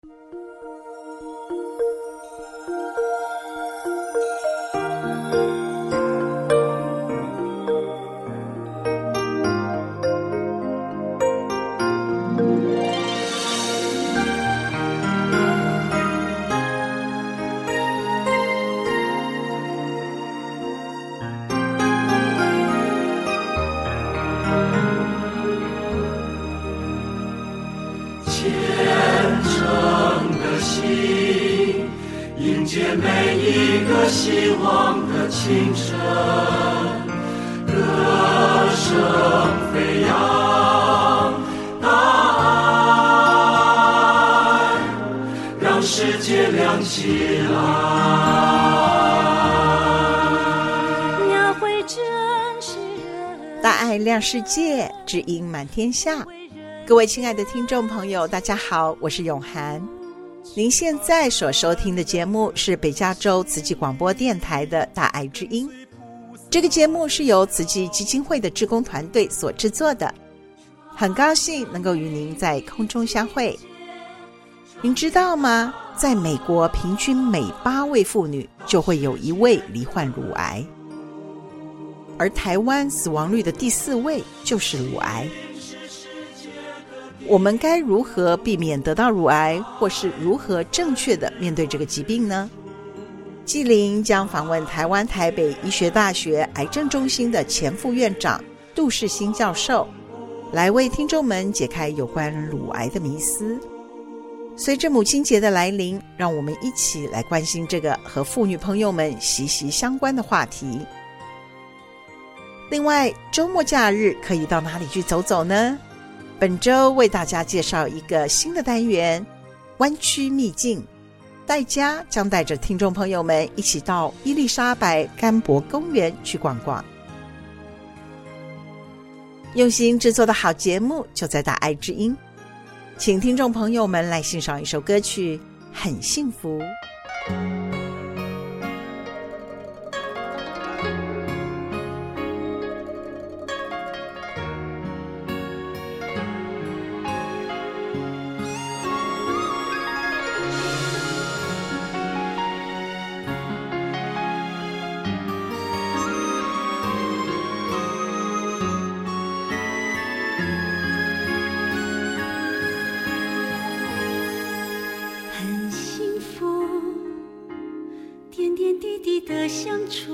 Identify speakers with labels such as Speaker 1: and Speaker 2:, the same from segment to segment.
Speaker 1: 迎接每一个希望的清晨，歌声飞扬，大爱让世界亮起来。
Speaker 2: 描绘真实人，
Speaker 3: 大爱亮世界，知音满天下。各位亲爱的听众朋友，大家好，我是永涵。您现在所收听的节目是北加州慈济广播电台的大爱之音，这个节目是由慈济基金会的志工团队所制作的，很高兴能够与您在空中相会。您知道吗？在美国，平均每8位妇女就会有1位罹患乳癌，而台湾死亡率的第4位就是乳癌。我们该如何避免得到乳癌，或是如何正确的面对这个疾病呢？纪灵将访问台湾台北医学大学癌症中心的前副院长杜世新教授，来为听众们解开有关乳癌的迷思。随着母亲节的来临，让我们一起来关心这个和妇女朋友们息息相关的话题。另外，周末假日可以到哪里去走走呢？本周为大家介绍一个新的单元——湾区秘境。戴家将带着听众朋友们一起到伊丽莎白甘博公园去逛逛。用心制作的好节目就在大爱之音，请听众朋友们来欣赏一首歌曲《很幸福》。
Speaker 2: 的相处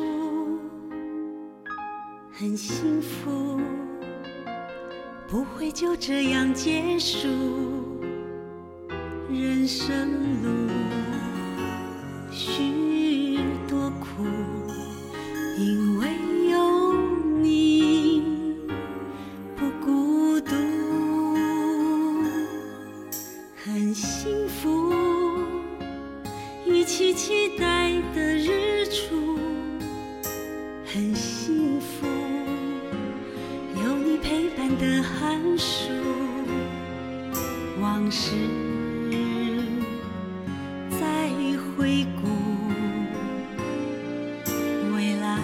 Speaker 2: 很幸福，不会就这样结束。人生路许多苦，因为有你不孤独，很幸福，一起期待的日出，很幸福，有你陪伴的寒暑，往事再回顾，未来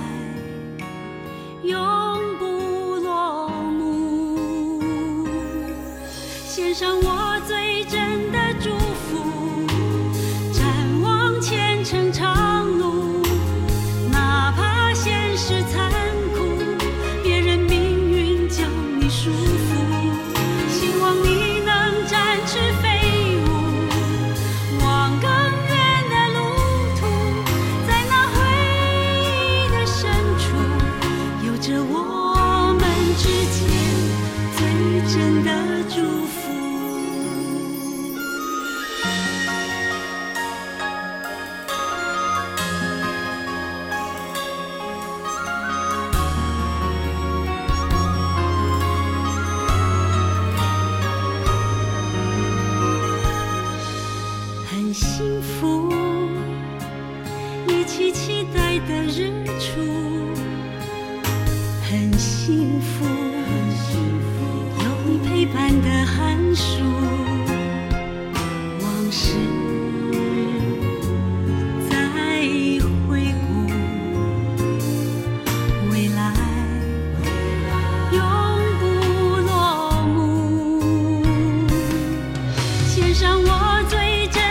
Speaker 2: 永不落幕，献上我最真的祝福，展望前程长路，哪怕现实残酷，别人命运将你束缚，希望你能展翅飞舞，往更远的路途，在那回忆的深处，有着我们之间最真的祝福。很幸福，一起期待的日出，很幸福，有你陪伴的寒暑，往事再回顾，未来永不落幕，献上我最真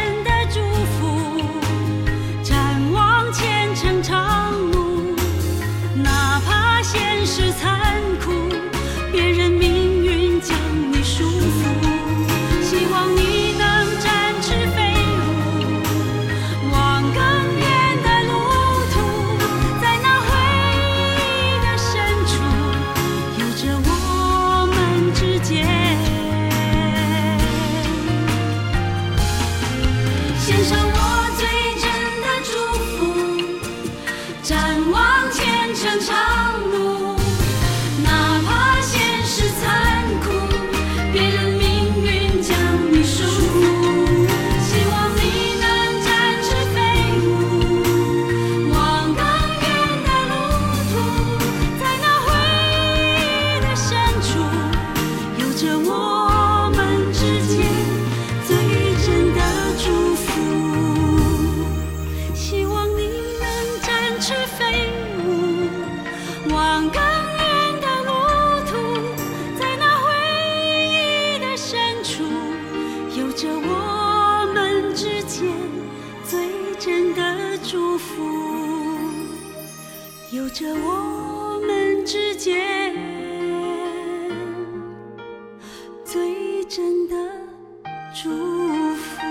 Speaker 2: 献上我最真的祝福，展望前程长路，哪怕现实残酷，别人命运将你束缚，希望你能展翅飞舞，往更远的路途，在那回忆的深处，有着我们之间最真的祝福，希望你能展翅飞舞，往更远的路途，在那回忆的深处，有着我们之间最真的祝福，有着我们之间最真的祝福。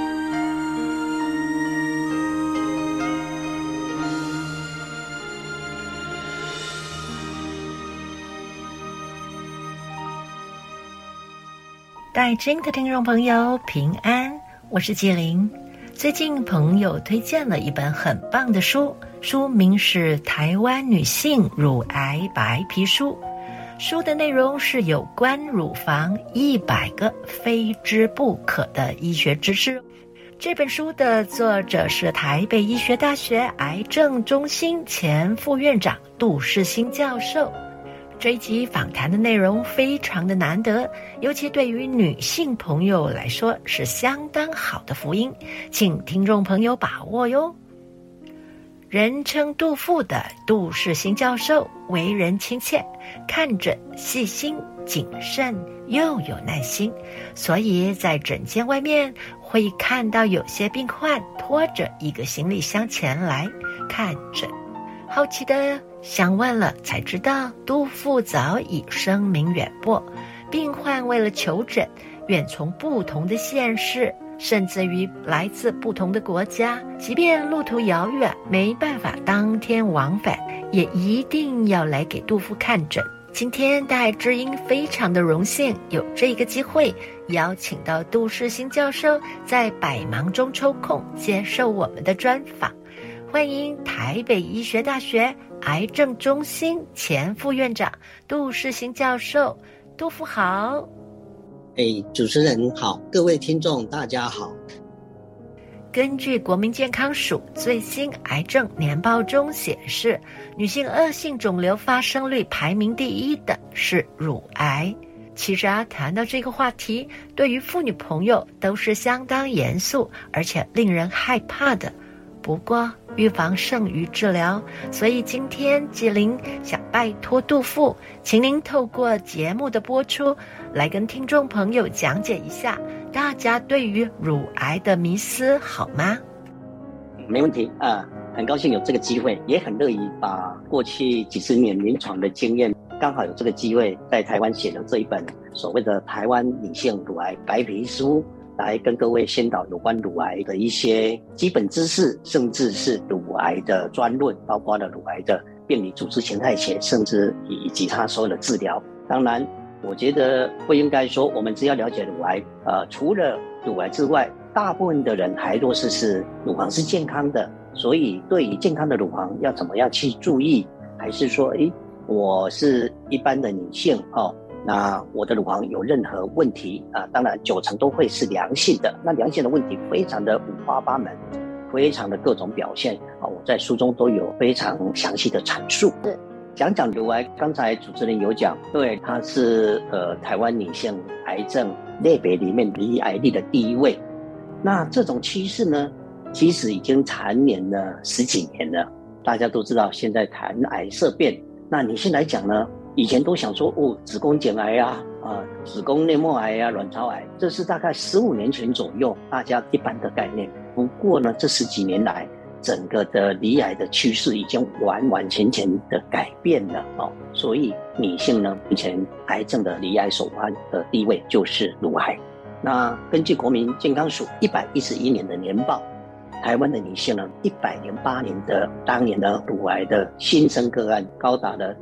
Speaker 4: 带真的听众朋友平安，我是纪灵。最近朋友推荐了一本很棒的书，书名是《台湾女性乳癌白皮书》。书的内容是有关乳房100个非知不可的医学知识。这本书的作者是台北医学大学癌症中心前副院长杜世新教授。这一集访谈的内容非常的难得，尤其对于女性朋友来说是相当好的福音，请听众朋友把握哟。人称杜父的杜世新教授为人亲切，看诊细心谨慎又有耐心，所以在诊间外面会看到有些病患拖着一个行李箱前来看诊。好奇的想问了，才知道杜父早已声名远播，病患为了求诊，远从不同的县市，甚至于来自不同的国家，即便路途遥远，没办法当天往返，也一定要来给杜父看诊。今天大爱知音非常的荣幸，有这个机会邀请到杜世新教授在百忙中抽空接受我们的专访。欢迎台北医学大学癌症中心前副院长杜世新教授。杜父好。
Speaker 5: 主持人好，各位听众大家好。
Speaker 4: 根据国民健康署最新癌症年报中显示，女性恶性肿瘤发生率排名第1的是乳癌。其实谈到这个话题，对于妇女朋友都是相当严肃而且令人害怕的。不过预防胜于治疗，所以今天纪灵想拜托杜父，请您透过节目的播出来跟听众朋友讲解一下大家对于乳癌的迷思，好吗？
Speaker 5: 没问题很高兴有这个机会，也很乐意把过去几十年临床的经验，刚好有这个机会在台湾写了这一本所谓的台湾女性乳癌白皮书，来跟各位宣导有关乳癌的一些基本知识，甚至是乳癌的专论，包括了乳癌的病理组织形态学，甚至以及它所有的治疗。当然我觉得不应该说我们只要了解乳癌，除了乳癌之外，大部分的人还都是乳房是健康的，所以对于健康的乳房要怎么样去注意，还是说我是一般的女性那我的乳房有任何问题当然90%都会是良性的，那良性的问题非常的五花八门，非常的各种表现我在书中都有非常详细的阐述。讲乳癌，刚才主持人有讲，对，它是台湾女性癌症类别里面罹癌率的第1位。那这种趋势呢，其实已经缠绵了10几年了。大家都知道现在谈癌色变，那女性来讲呢，以前都想说子宫颈癌子宫内膜癌卵巢癌，这是大概15年前左右大家一般的概念。不过呢，这10几年来，整个的罹癌的趋势已经完完全全的改变了所以女性呢，目前癌症的罹癌首发的地位就是乳癌。那根据国民健康署111年的年报，台湾的女性呢，108年的当年的乳癌的新生个案高达了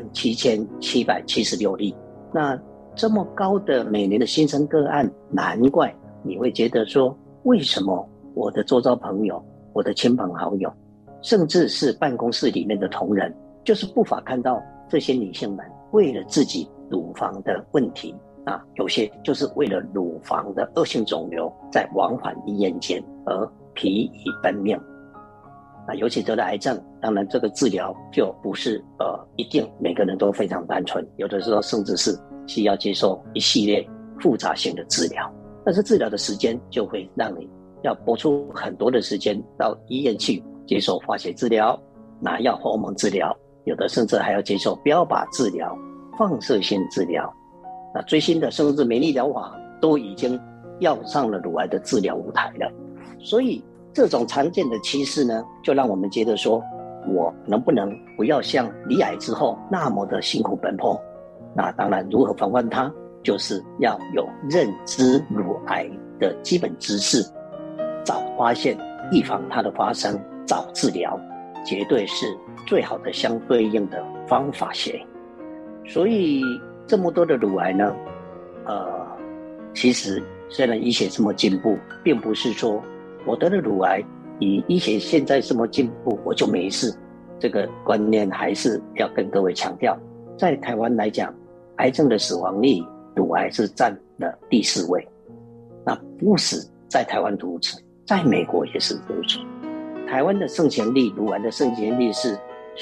Speaker 5: 17776例。那这么高的每年的新生个案，难怪你会觉得说，为什么我的周遭朋友、我的亲朋好友，甚至是办公室里面的同仁，就是不乏看到这些女性们为了自己乳房的问题有些就是为了乳房的恶性肿瘤在往返医院间而疲于奔命。尤其得了癌症，当然这个治疗就不是一定每个人都非常单纯，有的时候甚至是需要接受一系列复杂性的治疗，但是治疗的时间就会让你要拨出很多的时间到医院去接受化学治疗、拿药、荷尔蒙治疗，有的甚至还要接受标靶治疗、放射性治疗。那最新的甚至免疫疗法都已经要上了乳癌的治疗舞台了。所以这种常见的趋势呢，就让我们觉得说，我能不能不要像罹癌之后那么的辛苦奔波？那当然如何防范它，就是要有认知乳癌的基本知识，早发现预防它的发生，早治疗绝对是最好的相对应的方法学。所以这么多的乳癌呢，其实虽然医学这么进步，并不是说我得了乳癌，以医学现在这么进步我就没事，这个观念还是要跟各位强调。在台湾来讲，癌症的死亡率，乳癌是占了第4位。那不是在台湾如此，在美国也是如此。台湾的盛行率，乳癌的盛行率是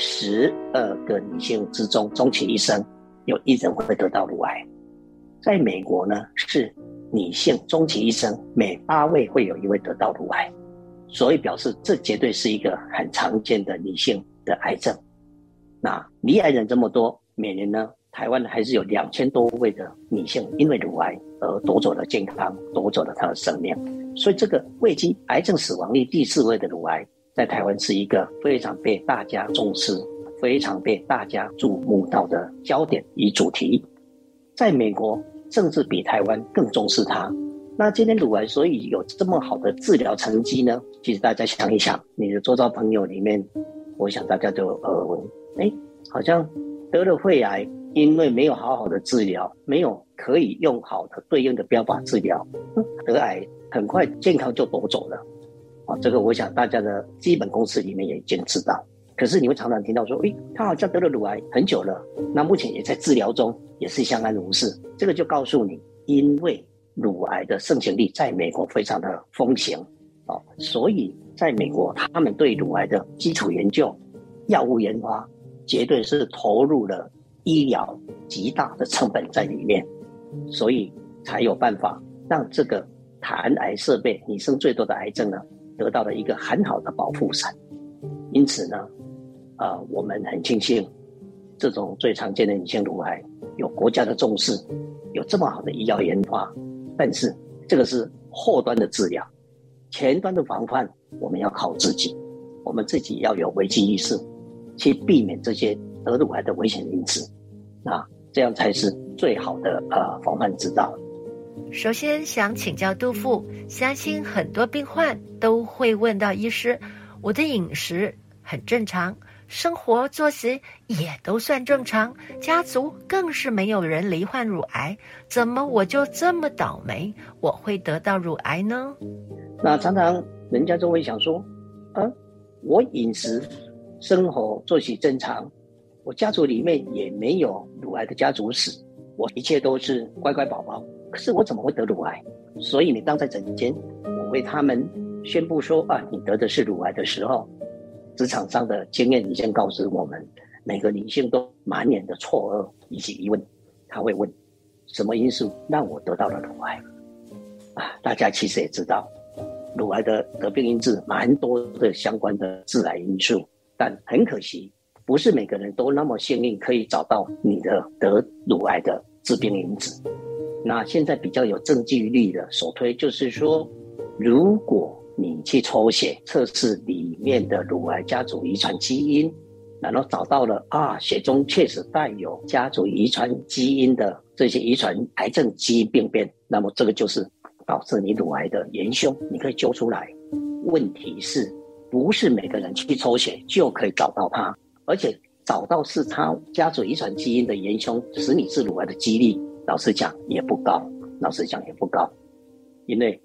Speaker 5: 12个女性之中，终其一生有1人会得到乳癌。在美国呢，是女性终其一生每8位会有1位得到乳癌，所以表示这绝对是一个很常见的女性的癌症。那罹癌人这么多，每年呢，台湾还是有2000多位的女性因为乳癌而夺走了健康，夺走了她的生命。所以这个位居癌症死亡率第4位的乳癌，在台湾是一个非常被大家重视、非常被大家注目到的焦点与主题。在美国甚至比台湾更重视它。那今天乳癌所以有这么好的治疗成绩呢，其实大家想一想，你的周遭朋友里面，我想大家都有耳闻，好像得了肺癌，因为没有好好的治疗，没有可以用好的对应的标靶治疗，得癌很快健康就夺走了。这个我想大家的基本公式里面也已经知道。可是你会常常听到说，他好像得了乳癌很久了，那目前也在治疗中，也是相安无事。这个就告诉你，因为乳癌的盛行率在美国非常的风行，所以在美国他们对乳癌的基础研究、药物研发绝对是投入了医疗极大的成本在里面，所以才有办法让这个谈癌设备女生最多的癌症呢，得到了一个很好的保护伞。因此呢，我们很庆幸这种最常见的女性乳癌有国家的重视，有这么好的医药研发。但是这个是后端的治疗，前端的防范我们要靠自己，我们自己要有危机意识，去避免这些得乳癌的危险因子，那这样才是最好的防范之道。
Speaker 4: 首先想请教杜副，相信很多病患都会问到医师，我的饮食很正常，生活作息也都算正常，家族更是没有人罹患乳癌，怎么我就这么倒霉，我会得到乳癌呢？
Speaker 5: 那常常人家就会想说，我饮食生活作息正常，我家族里面也没有乳癌的家族史，我一切都是乖乖宝宝，可是我怎么会得乳癌？所以你当在诊间我为他们宣布说你得的是乳癌的时候，职场上的经验已经告诉我们，每个女性都满脸的错愕以及疑问。她会问，什么因素让我得到了乳癌？大家其实也知道，乳癌的得病因子蛮多的相关的致癌因素，但很可惜，不是每个人都那么幸运可以找到你的得乳癌的致病因子。那现在比较有证据力的首推就是说，如果你去抽血测试里面的乳癌家族遗传基因，然后找到了血中确实带有家族遗传基因的这些遗传癌症基因病变，那么这个就是导致你乳癌的元凶，你可以揪出来。问题是不是每个人去抽血就可以找到它，而且找到是它家族遗传基因的元凶使你是乳癌的几率，老实讲也不高，因为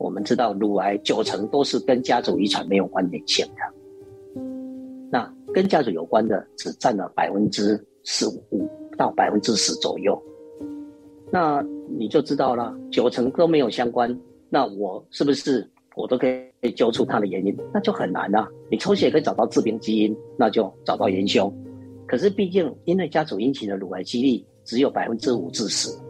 Speaker 5: 我们知道乳癌90%都是跟家族遗传没有关联性的，那跟家族有关的只占了15%到10%左右。那你就知道了，90%都没有相关，那我是不是我都可以揪出它的原因？那就很难了。你抽血可以找到致病基因，那就找到元凶。可是毕竟因为家族引起的乳癌几率只有5%至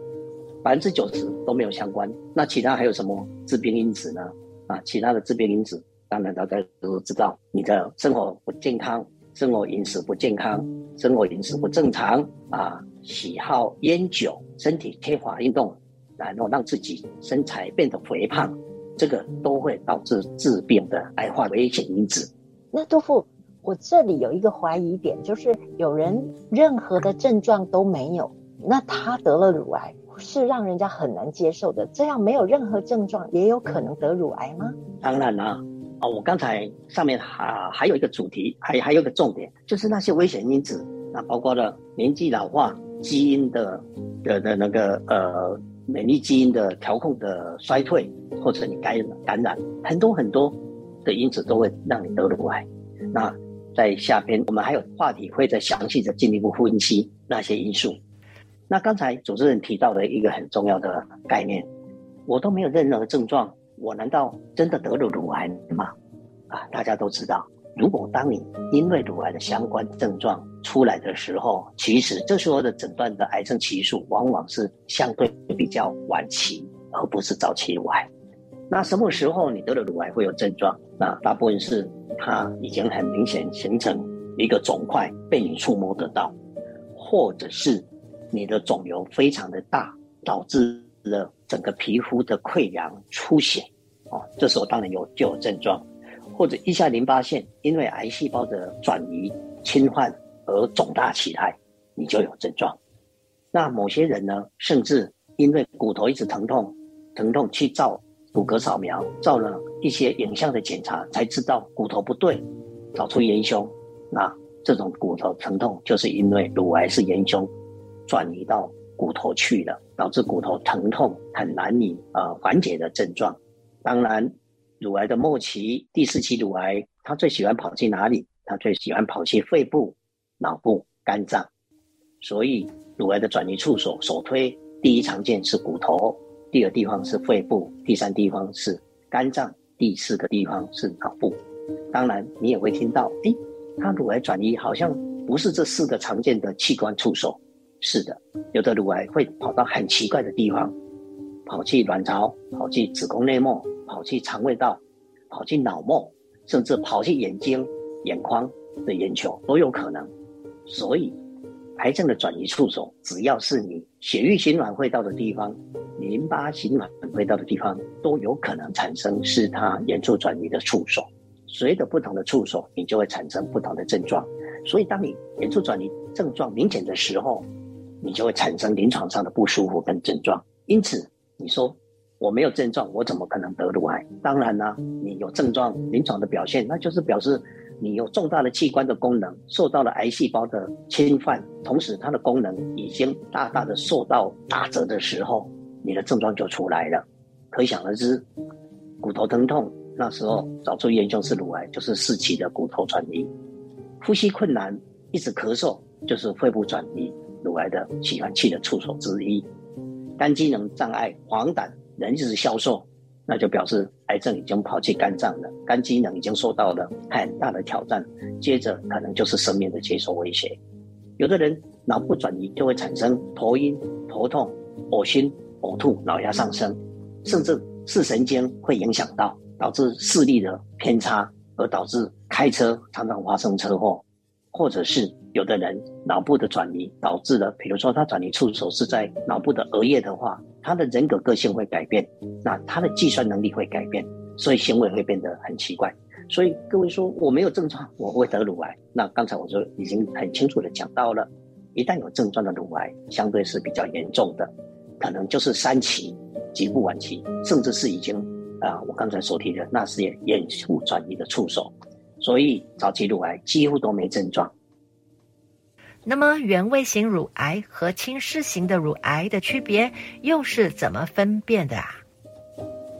Speaker 5: 10%，90%都没有相关。那其他还有什么致病因子呢？其他的致病因子，当然大家都知道，你的生活不健康，生活饮食不健康，生活饮食不正常喜好烟酒，身体缺乏运动，然后让自己身材变得肥胖，这个都会导致致病的癌化危险因子。
Speaker 4: 那杜副，我这里有一个怀疑点，就是有人任何的症状都没有，那他得了乳癌是让人家很难接受的，这样没有任何症状也有可能得乳癌吗？
Speaker 5: 当然啦，我刚才上面还有一个主题，还有一个重点，就是那些危险因子，那包括了年纪老化、基因的那个免疫基因的调控的衰退，或者你感染，很多的因子都会让你得乳癌。那在下边我们还有话题会再详细的进一步分析那些因素。那刚才主持人提到的一个很重要的概念，我都没有任何症状，我难道真的得了乳癌吗？大家都知道，如果当你因为乳癌的相关症状出来的时候，其实这时候的诊断的癌症期数往往是相对比较晚期，而不是早期乳癌。那什么时候你得了乳癌会有症状？那大部分是它已经很明显形成一个肿块被你触摸得到，或者是你的肿瘤非常的大，导致了整个皮肤的溃疡出血这时候当然就有症状。或者腋下淋巴腺因为癌细胞的转移侵犯而肿大起来，你就有症状。那某些人呢，甚至因为骨头一直疼痛去照骨骼扫描，照了一些影像的检查，才知道骨头不对，找出元凶。那这种骨头疼痛就是因为乳癌是元凶转移到骨头去了，导致骨头疼痛很难以缓解的症状。当然乳癌的末期第4期乳癌，它最喜欢跑去哪里？它最喜欢跑去肺部、脑部、肝脏。所以乳癌的转移处所首推第一常见是骨头，第2地方是肺部，第3地方是肝脏，第4个地方是脑部。当然你也会听到它乳癌转移好像不是这4个常见的器官触手。是的，有的乳癌会跑到很奇怪的地方，跑去卵巢，跑去子宫内膜，跑去肠胃道，跑去脑膜，甚至跑去眼睛、眼眶的眼球都有可能。所以癌症的转移处所，只要是你血液循环会到的地方，淋巴循环会到的地方，都有可能产生是它严重转移的处所。随着不同的处所，你就会产生不同的症状。所以当你严重转移症状明显的时候，你就会产生临床上的不舒服跟症状。因此你说我没有症状，我怎么可能得乳癌？当然啦，你有症状临床的表现，那就是表示你有重大的器官的功能受到了癌细胞的侵犯，同时它的功能已经大大的受到打折的时候，你的症状就出来了。可想而知，骨头疼痛那时候找出元凶是乳癌，就是4期的骨头转移。呼吸困难一直咳嗽，就是肺部转移乳癌的起源器的触手之一。肝机能障碍、黄疸人一直消瘦，那就表示癌症已经跑去肝脏了，肝机能已经受到了很大的挑战，接着可能就是生命的接受威胁。有的人脑部转移就会产生头晕、头痛、恶心、呕吐、脑压上升，甚至视神经会影响到，导致视力的偏差，而导致开车常常发生车祸。或者是有的人脑部的转移导致了，比如说他转移触手是在脑部的额叶的话，他的人格个性会改变，那他的计算能力会改变，所以行为会变得很奇怪。所以各位说我没有症状我会得乳癌，那刚才我就已经很清楚的讲到了，一旦有症状的乳癌相对是比较严重的，可能就是3期极不晚期，甚至是已经我刚才所提的那是严重转移的触手。所以早期乳癌几乎都没症状。
Speaker 4: 那么原位型乳癌和侵蚀型的乳癌的区别又是怎么分辨的啊？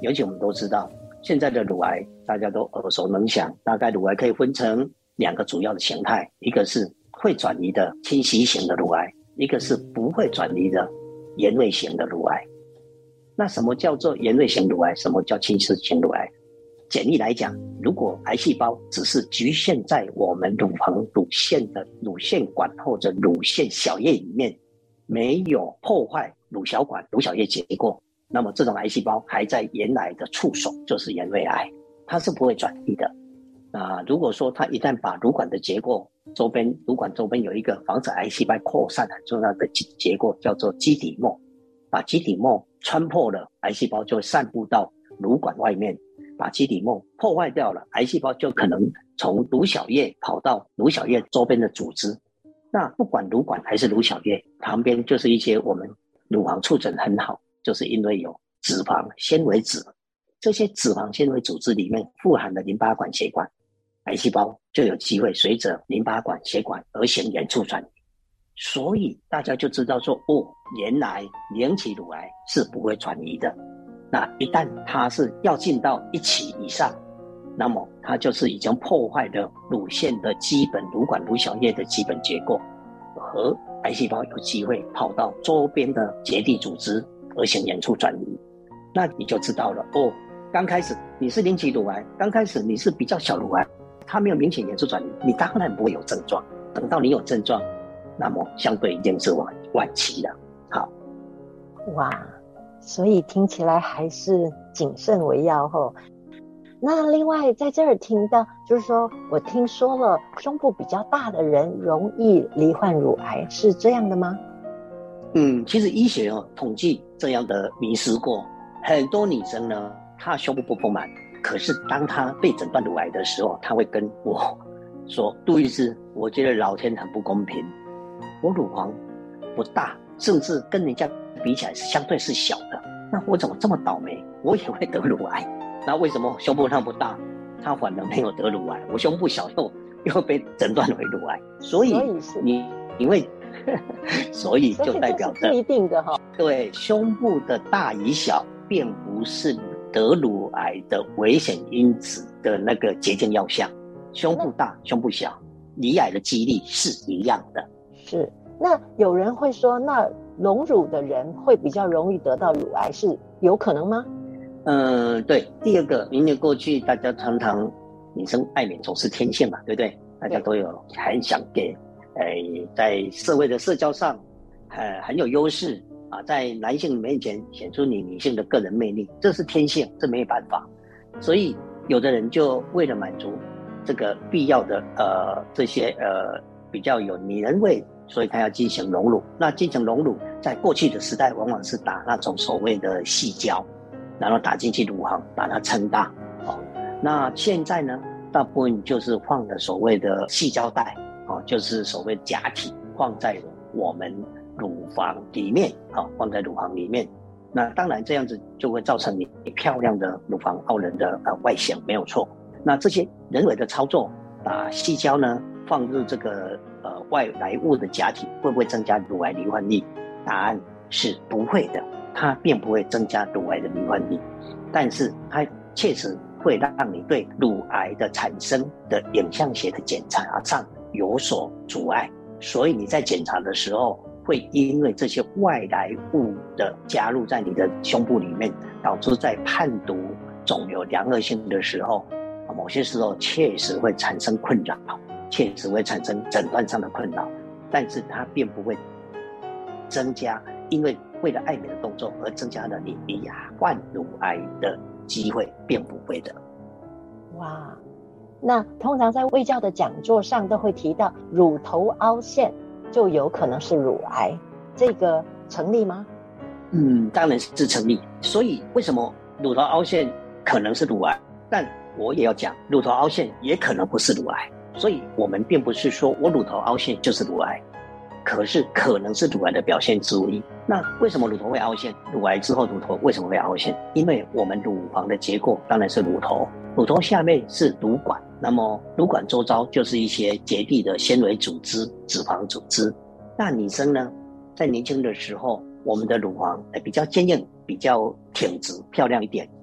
Speaker 5: 尤其我们都知道，现在的乳癌大家都耳熟能详，大概乳癌可以分成2个主要的形态，一个是会转移的侵袭型的乳癌，一个是不会转移的炎瑞型的乳癌。那什么叫做炎瑞型乳癌？什么叫侵袭型乳癌？简易来讲，如果癌细胞只是局限在我们乳房乳腺的乳腺管或者乳腺小叶里面，没有破坏乳小管、乳小叶结构，那么这种癌细胞还在原来的触手，就是炎瑞癌，它是不会转移的。如果说它一旦把乳管的结构周边，乳管周边有一个防止癌细胞扩散很重要的结构，叫做基底膜，把基底膜穿破了，癌细胞就会散布到乳管外面，把基底膜破坏掉了，癌细胞就可能从乳小叶跑到乳小叶周边的组织。那不管乳管还是乳小叶，旁边就是一些我们乳房触诊很好，就是因为有脂肪纤维质，这些脂肪纤维组织里面富含的淋巴管血管，癌细胞就有机会随着淋巴管血管而行远处转移。所以大家就知道说，原来0期乳癌是不会转移的。那一旦它是要进到1期以上，那么它就是已经破坏了乳腺的基本乳管乳小叶的基本结构，和癌细胞有机会跑到周边的结缔组织而行远处转移。那你就知道了，刚开始你是0期乳癌，刚开始你是比较小乳癌，它没有明显远处转移，你当然不会有症状。等到你有症状，那么相对一定是晚期的。好，
Speaker 4: 哇，所以听起来还是谨慎为要吼。那另外在这儿听到，就是说我听说了胸部比较大的人容易罹患乳癌，是这样的吗？
Speaker 5: 其实医学统计这样的迷失过，很多女生呢，她胸部不丰满，可是当她被诊断乳癌的时候，她会跟我说，杜医师，我觉得老天很不公平，我乳房不大，甚至跟人家比起来是相对是小的，那我怎么这么倒霉，我也会得乳癌？那为什么胸部那么大，他反而没有得乳癌？我胸部小又被诊断为乳癌，所以你会所以就代表着
Speaker 4: 不一定的哈。
Speaker 5: 对，胸部的大与小并不是得乳癌的危险因子的那个捷径要项，胸部大胸部小，罹癌的几率是一样的。
Speaker 4: 是，那有人会说，那隆乳的人会比较容易得到乳癌，是有可能吗？
Speaker 5: 对。第二个，因为过去大家常常女生爱美总是天性嘛，对不对？大家都有很想给在社会的社交上很有优势啊，在男性面前显出你女性的个人魅力，这是天性，这没有办法。所以有的人就为了满足这个必要的这些比较有女人味，所以他要进行隆乳。那进行隆乳在过去的时代往往是打那种所谓的矽胶，然后打进去乳房把它撑大那现在呢，大部分就是放了所谓的矽胶带就是所谓假体放在我们乳房里面放在乳房里面。那当然这样子就会造成你漂亮的乳房傲人的外形，没有错。那这些人为的操作，把矽胶呢放入这个外来物的假体，会不会增加乳癌罹患率？答案是不会的，它并不会增加乳癌的罹患率，但是它确实会让你对乳癌的产生的影像学的检查上有所阻碍。所以你在检查的时候，会因为这些外来物的加入在你的胸部里面，导致在判读肿瘤良恶性的时候，某些时候确实会产生困扰，确实会产生诊断上的困扰，但是它并不会增加因为为了爱美的动作而增加了你罹患乳癌的机会，并不会的。
Speaker 4: 哇，那通常在卫教的讲座上都会提到乳头凹陷就有可能是乳癌，这个成立吗？
Speaker 5: 当然是成立。所以为什么乳头凹陷可能是乳癌？但我也要讲，乳头凹陷也可能不是乳癌。所以我们并不是说我乳头凹陷就是乳癌，可是可能是乳癌的表现之一。那为什么乳头会凹陷？乳癌之后乳头为什么会凹陷？因为我们乳房的结构当然是乳头，乳头下面是乳管，那么乳管周遭就是一些结缔的纤维组织、脂肪组织。那女生呢，在年轻的时候，我们的乳房比较坚硬，比较挺直，漂亮一点。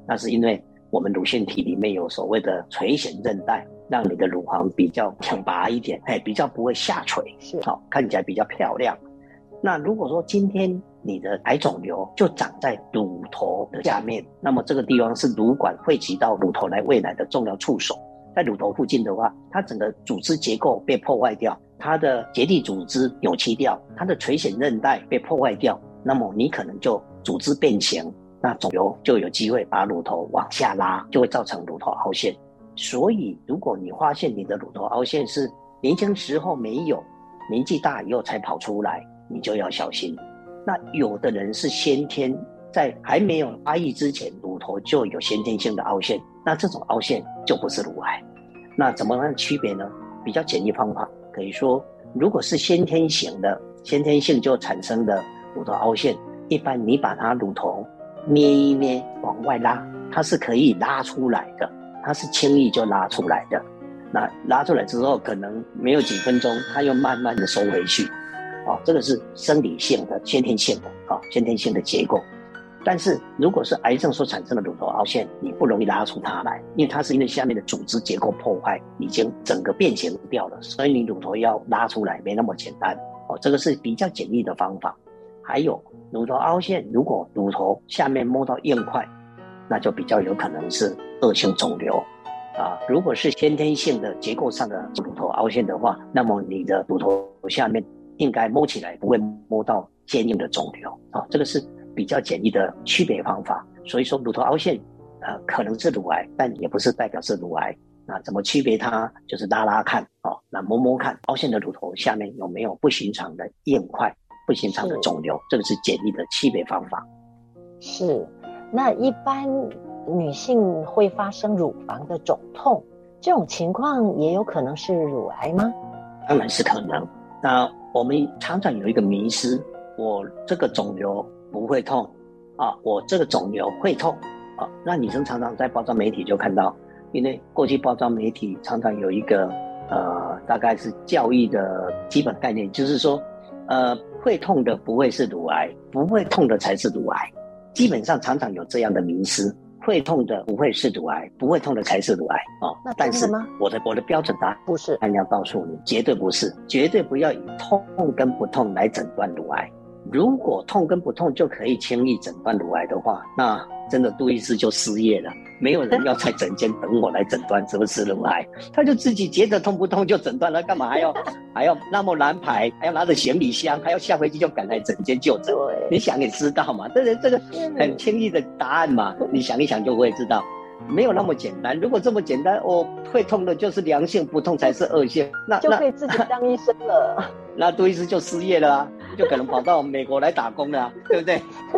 Speaker 5: 那是因为我们乳腺体里面有所谓的垂涎韧带，让你的乳房比较挺拔一点，比较不会下垂，好，看起来比较漂亮。那如果说今天你的癌肿瘤就长在乳头的下面，那么这个地方是乳管汇集到乳头来喂奶的重要触手，在乳头附近的话，它整个组织结构被破坏掉，它的结缔组织扭曲掉，它的垂涎韧带被破坏掉，那么你可能就组织变形，那肿瘤就有机会把乳头往下拉，就会造成乳头凹陷。所以如果你发现你的乳头凹陷是年轻时候没有，年纪大以后才跑出来，你就要小心。那有的人是先天在还没有发育之前，乳头就有先天性的凹陷，那这种凹陷就不是乳癌。那怎么样区别呢？比较简易方法可以说，如果是先天型的，先天性就产生的乳头凹陷，一般你把它乳头捏一捏往外拉，它是可以拉出来的，它是轻易就拉出来的。那拉出来之后可能没有几分钟，它又慢慢的收回去，这个是生理性的先天性的先天性的结构。但是如果是癌症所产生的乳头凹陷，你不容易拉出它来，因为它是因为下面的组织结构破坏已经整个变形掉了，所以你乳头要拉出来没那么简单，这个是比较简易的方法。还有乳头凹陷，如果乳头下面摸到硬块，那就比较有可能是恶性肿瘤如果是先天性的结构上的乳头凹陷的话，那么你的乳头下面应该摸起来不会摸到坚硬的肿瘤这个是比较简易的区别方法。所以说乳头凹陷可能是乳癌，但也不是代表是乳癌。那怎么区别它？就是拉拉看那摸摸看凹陷的乳头下面有没有不寻常的硬块、不寻常的肿瘤，这个是简易的区别方法。
Speaker 4: 是，那一般女性会发生乳房的肿痛，这种情况也有可能是乳癌吗？
Speaker 5: 当然是可能。那我们常常有一个迷思，我这个肿瘤不会痛我这个肿瘤会痛那女生常常在报章媒体就看到，因为过去报章媒体常常有一个大概是教育的基本概念，就是说会痛的不会是乳癌，不会痛的才是乳癌。基本上常常有这样的迷思，会痛的不会是乳癌，不会痛的才是乳癌
Speaker 4: 那
Speaker 5: 但是我的标准答案
Speaker 4: 不是，
Speaker 5: 要告诉你，绝对不是，绝对不要以痛跟不痛来诊断乳癌。如果痛跟不痛就可以轻易诊断乳癌的话，那真的杜医师就失业了，没有人要在诊间等我来诊断是不是乳癌，他就自己觉得痛不痛就诊断了，干嘛还要那么蓝牌，还要拿着行李箱，还要下飞机就赶来诊间就诊？你想也知道嘛，这个很轻易的答案嘛，你想一想就会知道，没有那么简单。如果这么简单，会痛的就是良性，不痛才是恶性，那
Speaker 4: 就可以自己当医生了。
Speaker 5: 那杜医师就失业了就可能跑到美国来打工了对不对？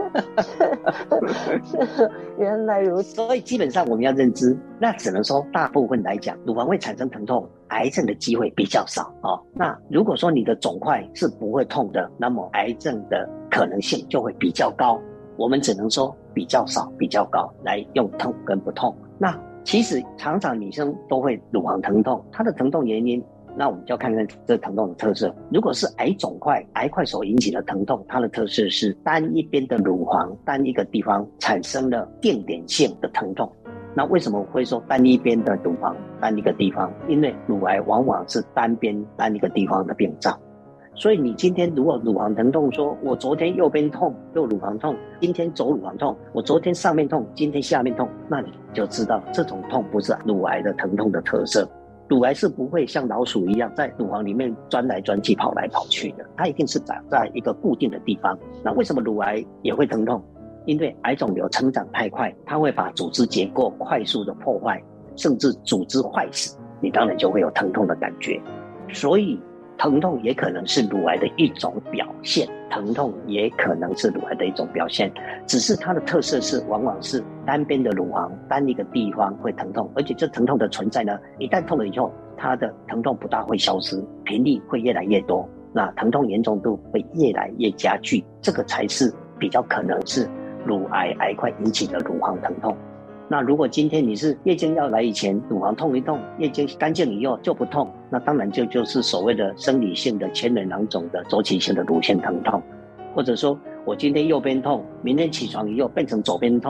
Speaker 4: 是，原来如此。
Speaker 5: 所以基本上我们要认知，那只能说大部分来讲，乳房会产生疼痛，癌症的机会比较少那如果说你的肿块是不会痛的，那么癌症的可能性就会比较高。我们只能说比较少、比较高来用痛跟不痛。那其实常常女生都会乳房疼痛，它的疼痛原因，那我们就要看看这疼痛的特色。如果是癌肿块、癌块所引起的疼痛，它的特色是单一边的乳房、单一个地方产生了定点性的疼痛。那为什么会说单一边的乳房、单一个地方？因为乳癌往往是单边、单一个地方的病灶。所以你今天如果乳房疼痛，说我昨天右边痛，右乳房痛，今天左乳房痛，我昨天上面痛，今天下面痛，那你就知道这种痛不是乳癌的疼痛的特色。乳癌是不会像老鼠一样在乳房里面钻来钻去、跑来跑去的，它一定是长在一个固定的地方。那为什么乳癌也会疼痛？因为癌肿瘤成长太快，它会把组织结构快速的破坏，甚至组织坏死，你当然就会有疼痛的感觉。所以疼痛也可能是乳癌的一种表现，疼痛也可能是乳癌的一种表现，只是它的特色是往往是单边的乳房单一个地方会疼痛，而且这疼痛的存在呢，一旦痛了以后，它的疼痛不大会消失，频率会越来越多，那疼痛严重度会越来越加剧，这个才是比较可能是乳癌癌块引起的乳房疼痛。那如果今天你是月经要来以前乳房痛一痛，月经干净以后就不痛，那当然就是所谓的生理性的前人囊肿的周期性的乳腺疼痛。或者说我今天右边痛，明天起床以后变成左边痛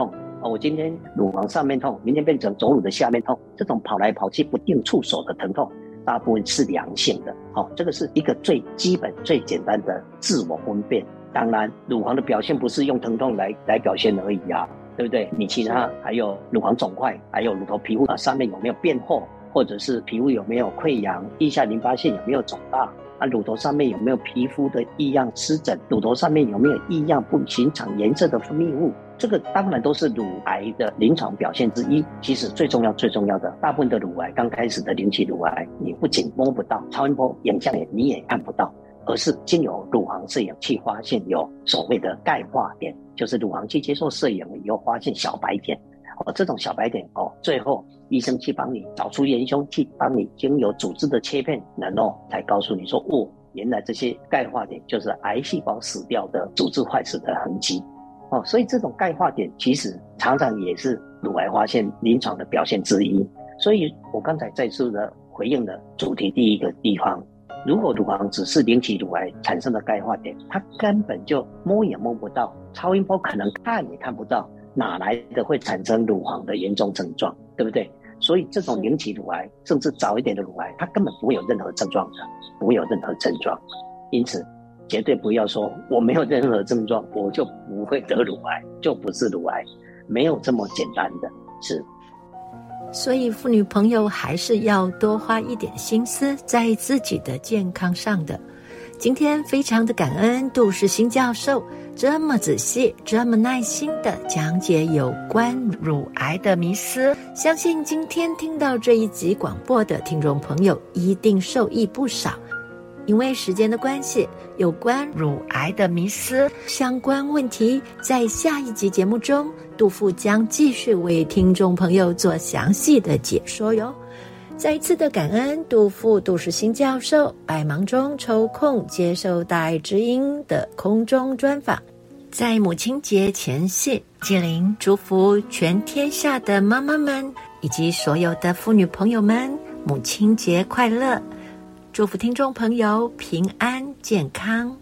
Speaker 5: 我今天乳房上面痛，明天变成左乳的下面痛，这种跑来跑去不定触手的疼痛，大部分是良性的。这个是一个最基本最简单的自我分辨。当然乳房的表现不是用疼痛来表现而已啊，对不对？你其他还有乳房肿块，还有乳头皮肤上面有没有变厚，或者是皮肤有没有溃疡，腋下淋巴腺有没有肿大，乳头上面有没有皮肤的异样湿疹，乳头上面有没有异样不寻常颜色的分泌物，这个当然都是乳癌的临床表现之一。其实最重要的，大部分的乳癌刚开始的零期乳癌，你不仅摸不到，超音波影像你也看不到，而是经由乳房摄影器发现有所谓的钙化点，就是乳房去接受摄影以后发现小白点。这种小白点最后医生去帮你找出元凶，去帮你经由组织的切片，然后才告诉你说原来这些钙化点就是癌细胞死掉的组织坏死的痕迹。所以这种钙化点其实常常也是乳癌发现临床的表现之一。所以我刚才再次的回应了主题第一个地方，如果乳房只是零期乳癌产生的钙化点，它根本就摸也摸不到，超音波可能看也看不到，哪来的会产生乳房的严重症状，对不对？所以这种零期乳癌甚至早一点的乳癌，它根本不会有任何症状的，不会有任何症状。因此绝对不要说我没有任何症状我就不会得乳癌，就不是乳癌，没有这么简单的。是，
Speaker 4: 所以妇女朋友还是要多花一点心思在自己的健康上的。今天非常的感恩杜世新教授这么仔细这么耐心的讲解有关乳癌的迷思，相信今天听到这一集广播的听众朋友一定受益不少。因为时间的关系，有关乳癌的迷思相关问题在下一集节目中，杜父将继续为听众朋友做详细的解说哟。再一次的感恩杜父杜世新教授百忙中抽空接受大爱之音的空中专访。在母亲节前夕，纪灵祝福全天下的妈妈们以及所有的妇女朋友们母亲节快乐，祝福听众朋友平安健康。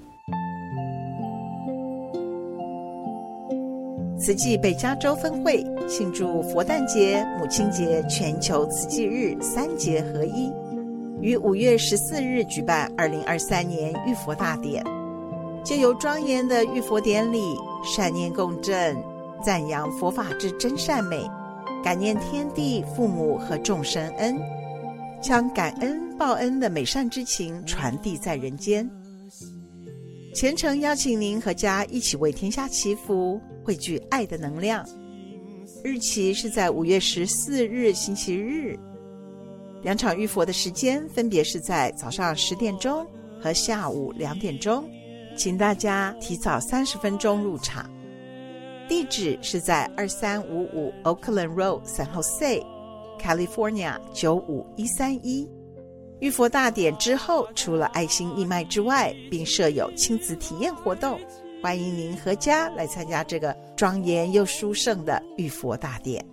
Speaker 3: 慈济北加州分会庆祝佛诞节、母亲节、全球慈济日3节合一，于5月14日举办2023年浴佛大典，借由庄严的浴佛典礼，善念共振，赞扬佛法之真善美，感念天地父母和众生恩，将感恩报恩的美善之情传递在人间。虔诚邀请您和家一起为天下祈福，汇聚爱的能量。日期是在5月14日星期日，2场浴佛的时间分别是在早上10点钟和下午2点钟，请大家提早30分钟入场。地址是在2355 Oakland Road San Jose California 95131。浴佛大典之后，除了爱心义卖之外，并设有亲子体验活动，欢迎您合家来参加这个庄严又殊胜的浴佛大典。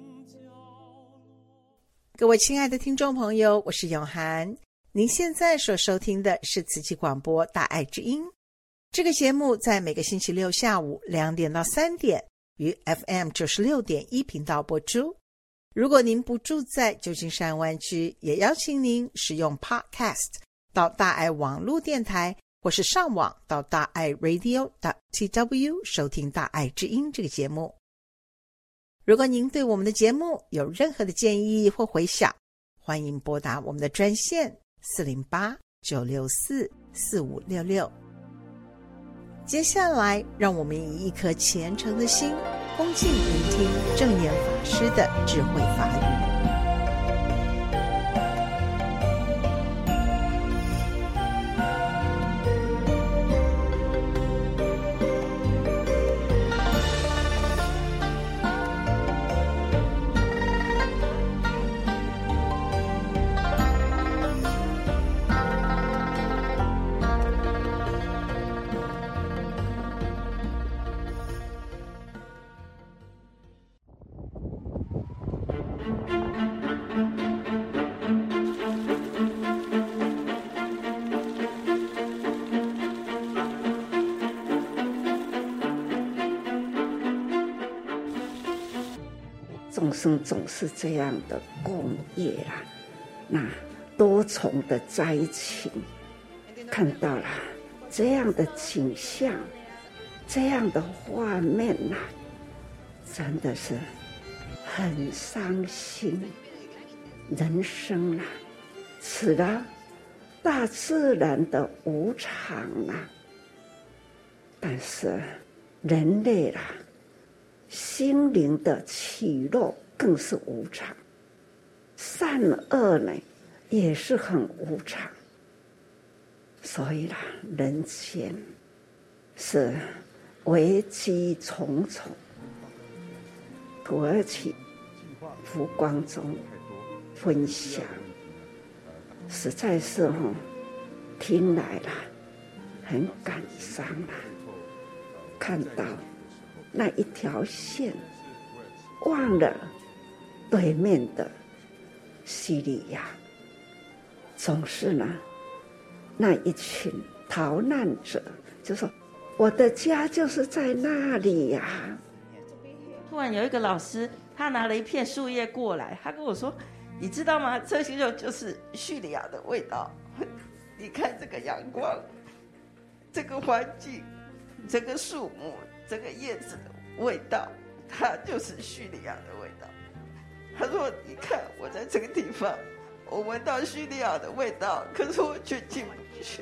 Speaker 3: 各位亲爱的听众朋友，我是永涵，您现在所收听的是慈济广播大爱之音。这个节目在每个星期六下午2点到3点于 FM 96.1频道播出。如果您不住在旧金山湾区，也邀请您使用 Podcast 到大爱网络电台，或是上网到大爱 radio.tw 收听大爱之音这个节目。如果您对我们的节目有任何的建议或回响，欢迎拨打我们的专线408-964-4566。接下来让我们以一颗虔诚的心恭敬聆听正言法师的智慧法语。
Speaker 6: 生总是这样的共业啊，那多重的灾情，看到了这样的景象，这样的画面啊，真的是很伤心。人生啊，此了大自然的无常啊，但是人类啦，心灵的起落更是无常，善恶呢也是很无常。所以啦，人间是危机重重。土耳其福光中分享，实在是听来了很感伤啊。看到那一条线，忘了对面的叙利亚，总是呢那一群逃难者就说我的家就是在那里呀。
Speaker 7: 突然有一个老师，他拿了一片树叶过来，他跟我说，你知道吗，这些就是叙利亚的味道。你看这个阳光，这个环境，这个树木，这个叶子的味道，它就是叙利亚的味道。他说你看我在这个地方，我闻到叙利亚的味道，可是我却进不去。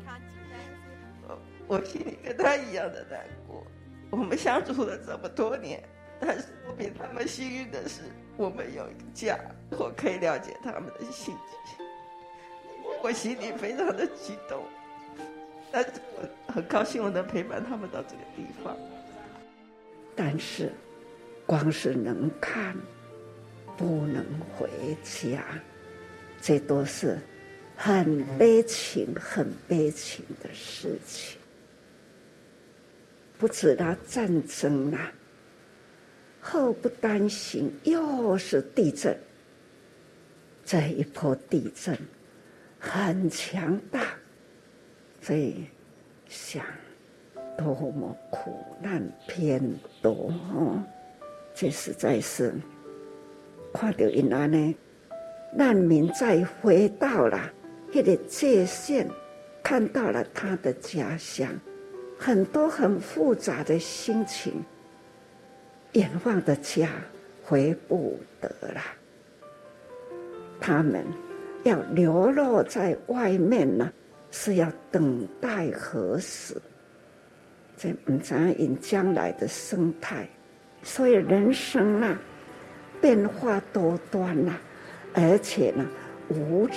Speaker 7: 我心里跟他一样的难过。我们相处了这么多年，但是我比他们幸运的是，我们有一个家，我可以了解他们的心情。我心里非常的激动，但是我很高兴我能陪伴他们到这个地方。
Speaker 6: 但是光是能看不能回家，这都是很悲情很悲情的事情。不止那战争啊，祸不单行，又是地震。这一波地震很强大，所以想多么苦难偏多这实在是看到因安呢，难民再回到了那个界限，看到了他的家乡，很多很复杂的心情，远方的家回不得了，他们要流落在外面呢，是要等待何时？这不知道因将来的生态，所以人生啊，变化多端啊，而且呢，无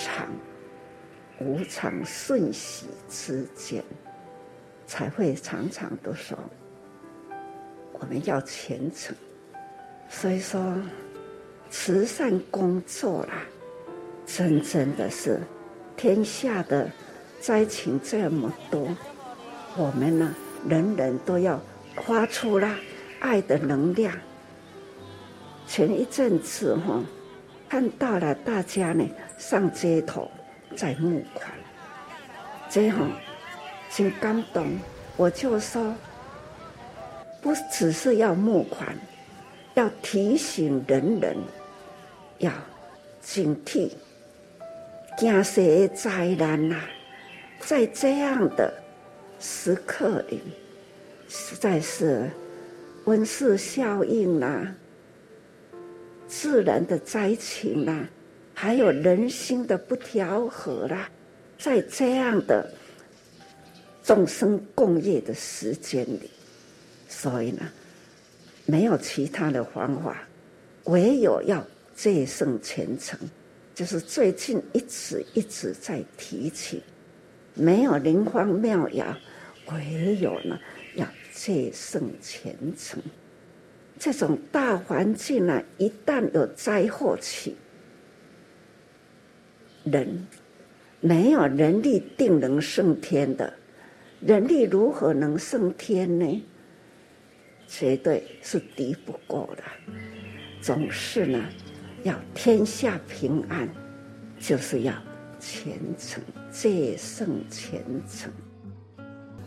Speaker 6: 常瞬息之间，才会常常都说我们要虔诚。所以说，慈善工作啦，真的是天下的灾情这么多，我们呢，人人都要发出了爱的能量。前一阵子看到了大家呢上街头在募款，这很感动。我就说，不只是要募款，要提醒人人要警惕惊世的灾难啊！在这样的时刻里，实在是温室效应啦，自然的灾情啦，还有人心的不调和啦，在这样的众生共业的时间里，所以呢，没有其他的方法，唯有要戒圣虔诚，就是最近一直在提起，没有灵方妙药，唯有呢要戒圣虔诚。这种大环境呢，一旦有灾祸起，人没有人力定能升天的，人力如何能升天呢？绝对是敌不过的。总是呢，要天下平安，就是要虔诚，戒圣虔诚。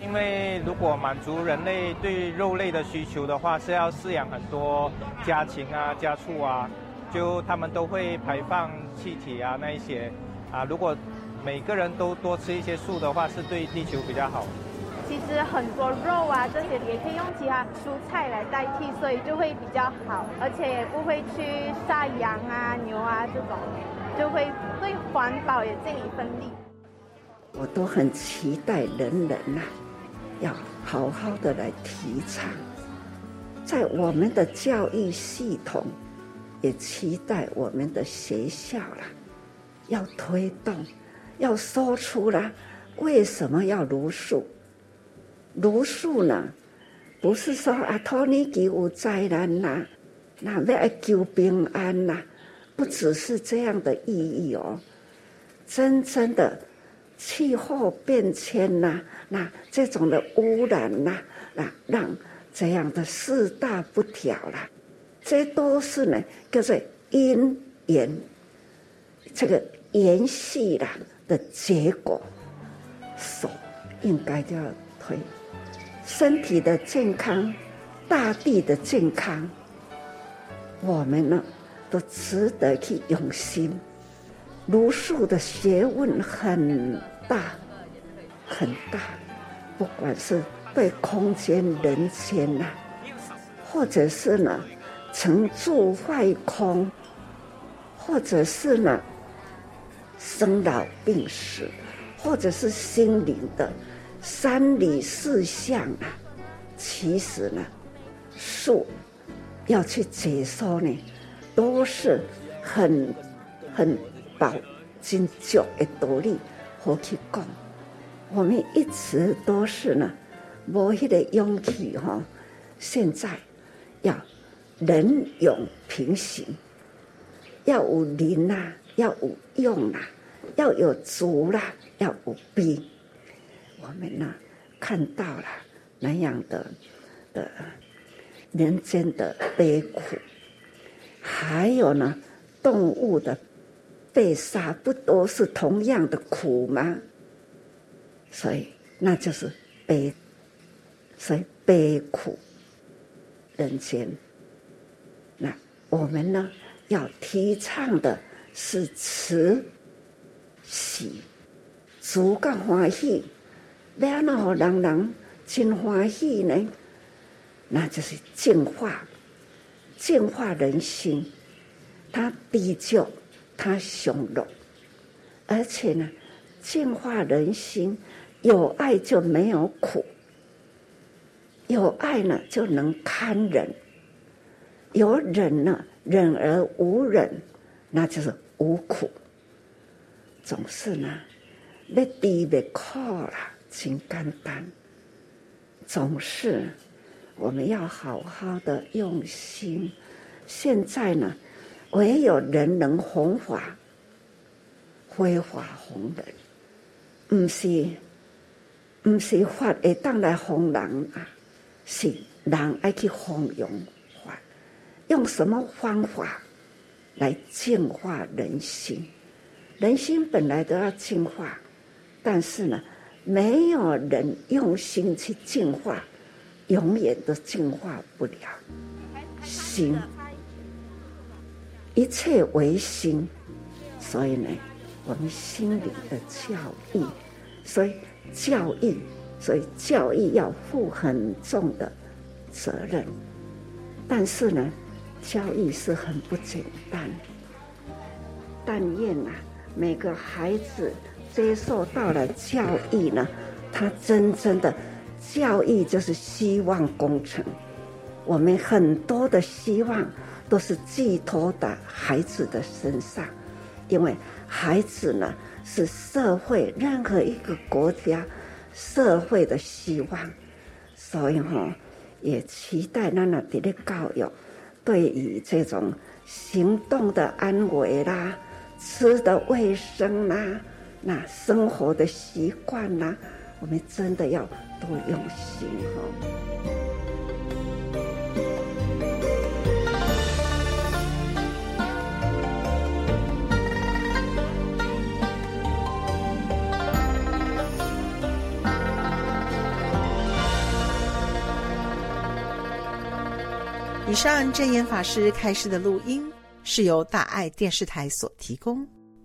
Speaker 8: 因为如果满足人类对肉类的需求的话，是要饲养很多家禽啊、家畜啊，就他们都会排放气体啊那一些啊。如果每个人都多吃一些素的话，是对地球比较好。
Speaker 9: 其实很多肉啊这些也可以用其他蔬菜来代替，所以就会比较好，而且也不会去杀羊啊、牛啊这种，就会对环保也尽一份力。
Speaker 6: 我都很期待人要好好的来提倡，在我们的教育系统，也期待我们的学校要推动，要说出来为什么要茹素。茹素呢，不是说托尼给有灾难啦，那要求平安啦，不只是这样的意义哦。真正的气候变迁呐，那这种的污染呐，让这样的四大不调啦，这都是呢叫做因缘这个延续啦的结果，所应该就要推。身体的健康，大地的健康，我们呢都值得去用心。茹素的学问很大很大，不管是对空间人间呐，或者是呢成住坏空，或者是呢生老病死，或者是心灵的三理四象啊，其实呢，素要去解说呢，都是很饱真足的道理，好去讲。我们一直都是呢，没那个勇气哈。现在要人勇平行，要有人啦，要有用啦，要有足啦，要有悲。我们呢看到了那样的人间的悲苦，还有呢动物的被杀，不都是同样的苦吗？所以那就是悲，所以悲苦人间。那我们呢要提倡的是慈喜，足够欢喜。要安怎让人真欢喜呢？那就是净化人心，它低就它雄柔，而且呢，净化人心，有爱就没有苦，有爱呢就能堪忍，有忍呢，忍而无忍，那就是无苦。总是呢，要低要苦啦。真简单，总是我们要好好的用心。现在呢，唯有人能弘法，非法弘人，不是法会当来弘人啊，是人爱去弘扬法。用什么方法来净化人心？人心本来都要净化，但是呢，没有人用心去净化，永远都净化不了。心，一切为心，所以呢，我们心灵的教育，所以教育要负很重的责任。但是呢，教育是很不简单。但愿啊，每个孩子接受到了教育呢，他真正的教育就是希望工程。我们很多的希望都是寄托在孩子的身上，因为孩子呢是社会任何一个国家社会的希望，所以也期待咱们的教育对于这种行动的安危啦、吃的卫生啦、那生活的习惯啦，我们真的要多用心
Speaker 3: 以上证严法师开示的录音是由大爱电视台所提供。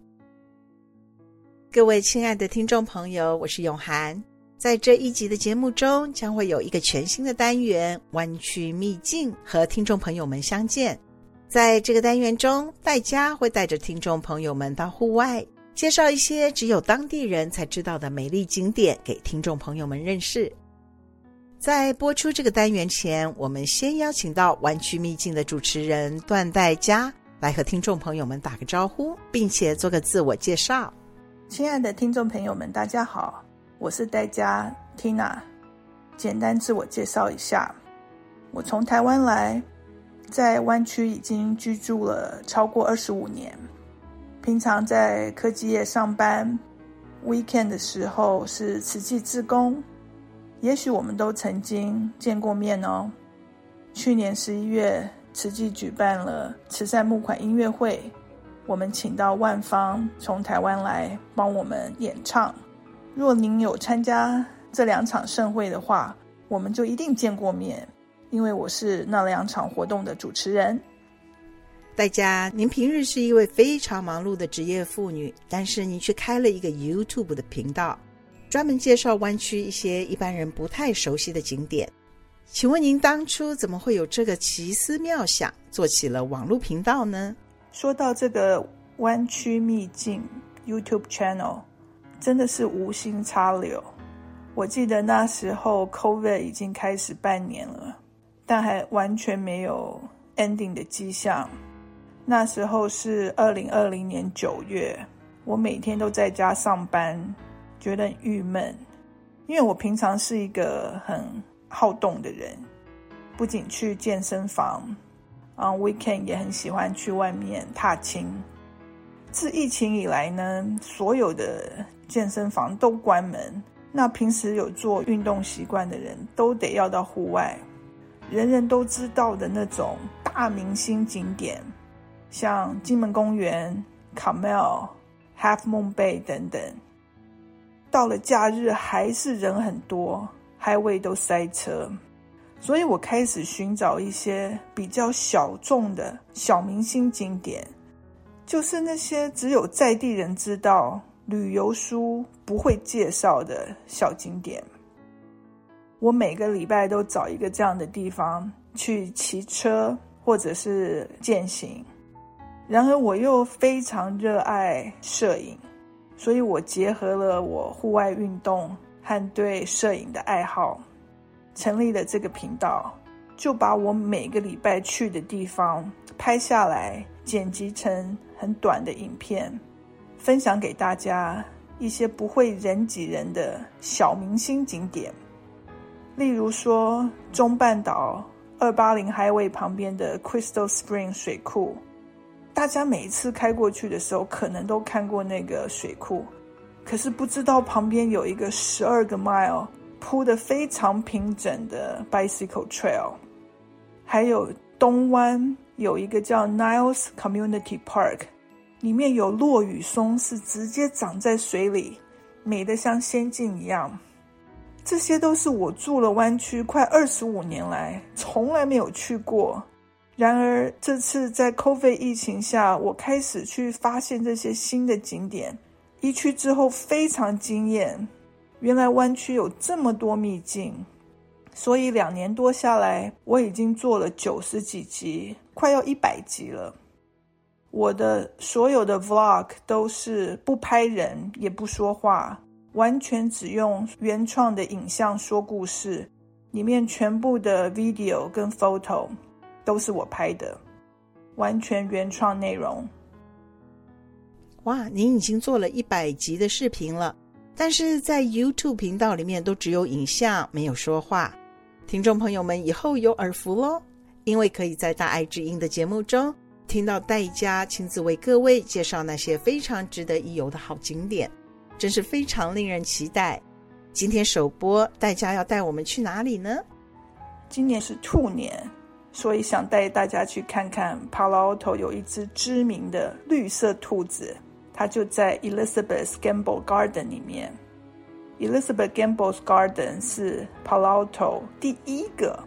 Speaker 3: 各位亲爱的听众朋友，我是永涵。在这一集的节目中，将会有一个全新的单元湾区秘境和听众朋友们相见。在这个单元中，戴家会带着听众朋友们到户外，介绍一些只有当地人才知道的美丽景点给听众朋友们认识。在播出这个单元前，我们先邀请到湾区秘境的主持人段戴家来和听众朋友们打个招呼，并且做个自我介绍。
Speaker 10: 亲爱的听众朋友们，大家好，我是戴家 Tina。 简单自我介绍一下，我从台湾来，在湾区已经居住了超过25年，平常在科技业上班， weekend 的时候是慈济志工，也许我们都曾经见过面哦。去年11月，慈济举办了慈善募款音乐会，我们请到万芳从台湾来帮我们演唱。若您有参加这2场盛会的话，我们就一定见过面，因为我是那2场活动的主持人。
Speaker 3: 戴家，您平日是一位非常忙碌的职业妇女，但是您却开了一个 YouTube 的频道，专门介绍湾区一些一般人不太熟悉的景点。请问您当初怎么会有这个奇思妙想，做起了网络频道呢？
Speaker 10: 说到这个湾区秘境 YouTube channel， 真的是无心插柳。我记得那时候 COVID 已经开始半年了，但还完全没有 ending 的迹象。那时候是2020年9月，我每天都在家上班，觉得很郁闷，因为我平常是一个很好动的人，不仅去健身房，weekend 也很喜欢去外面踏青。自疫情以来呢，所有的健身房都关门，那平时有做运动习惯的人都得要到户外。人人都知道的那种大明星景点，像金门公园、Carmel、Half Moon Bay 等等，到了假日还是人很多，highway 都塞车。所以我开始寻找一些比较小众的小明星景点，就是那些只有在地人知道，旅游书不会介绍的小景点。我每个礼拜都找一个这样的地方去骑车或者是健行。然而我又非常热爱摄影，所以我结合了我户外运动和对摄影的爱好，成立了这个频道，就把我每个礼拜去的地方拍下来，剪辑成很短的影片，分享给大家一些不会人挤人的小明星景点。例如说中半岛280 Highway 旁边的 Crystal Spring 水库，大家每一次开过去的时候可能都看过那个水库，可是不知道旁边有一个12个 mile 铺得非常平整的 bicycle trail。 还有东湾有一个叫 Niles Community Park， 里面有落羽松是直接长在水里，美得像仙境一样。这些都是我住了湾区快25年来从来没有去过。然而这次在 COVID 疫情下，我开始去发现这些新的景点，一去之后非常惊艳，原来湾区有这么多秘境。所以2年多下来，我已经做了90几集，快要100集了。我的所有的 vlog 都是不拍人也不说话，完全只用原创的影像说故事，里面全部的 video 跟 photo 都是我拍的，完全原创内容。
Speaker 3: 哇，您已经做了100集的视频了，但是在 YouTube 频道里面都只有影像，没有说话。听众朋友们以后有耳福咯，因为可以在大爱之音的节目中听到戴家亲自为各位介绍那些非常值得一游的好景点，真是非常令人期待。今天首播，戴家要带我们去哪里呢？
Speaker 10: 今年是兔年，所以想带大家去看看 Palo Alto 有一只知名的绿色兔子，它就在 Elizabeth Gamble Garden 里面。Elizabeth Gamble's Garden 是 Palo Alto 第一个